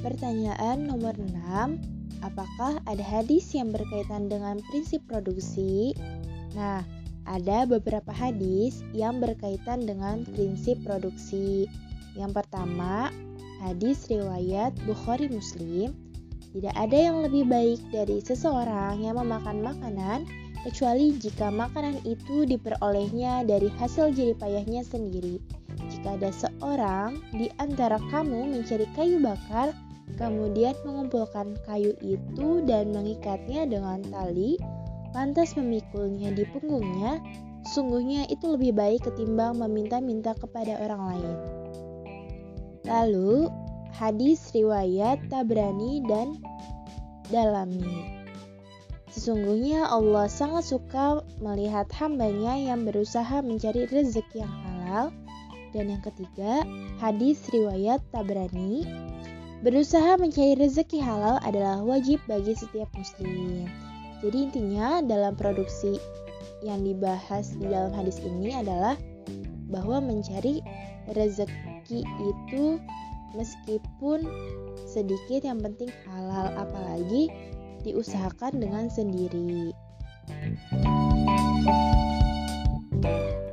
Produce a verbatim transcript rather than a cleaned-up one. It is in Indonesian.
Pertanyaan nomor enam, apakah ada hadis yang berkaitan dengan prinsip produksi? Nah, ada beberapa hadis yang berkaitan dengan prinsip produksi. Yang pertama, hadis riwayat Bukhari Muslim. Tidak ada yang lebih baik dari seseorang yang memakan makanan kecuali jika makanan itu diperolehnya dari hasil jeripayahnya sendiri. Jika ada seorang di antara kamu mencari kayu bakar, kemudian mengumpulkan kayu itu dan mengikatnya dengan tali, lantas memikulnya di punggungnya, sungguhnya itu lebih baik ketimbang meminta-minta kepada orang lain. Lalu, hadis riwayat Tabrani dan Dalami. Sesungguhnya Allah sangat suka melihat hambanya yang berusaha mencari rezeki yang halal. Dan yang ketiga, hadis riwayat Tabrani. Berusaha mencari rezeki halal adalah wajib bagi setiap muslim. Jadi intinya dalam produksi yang dibahas di dalam hadis ini adalah bahwa mencari rezeki itu meskipun sedikit yang penting halal, apalagi diusahakan dengan sendiri.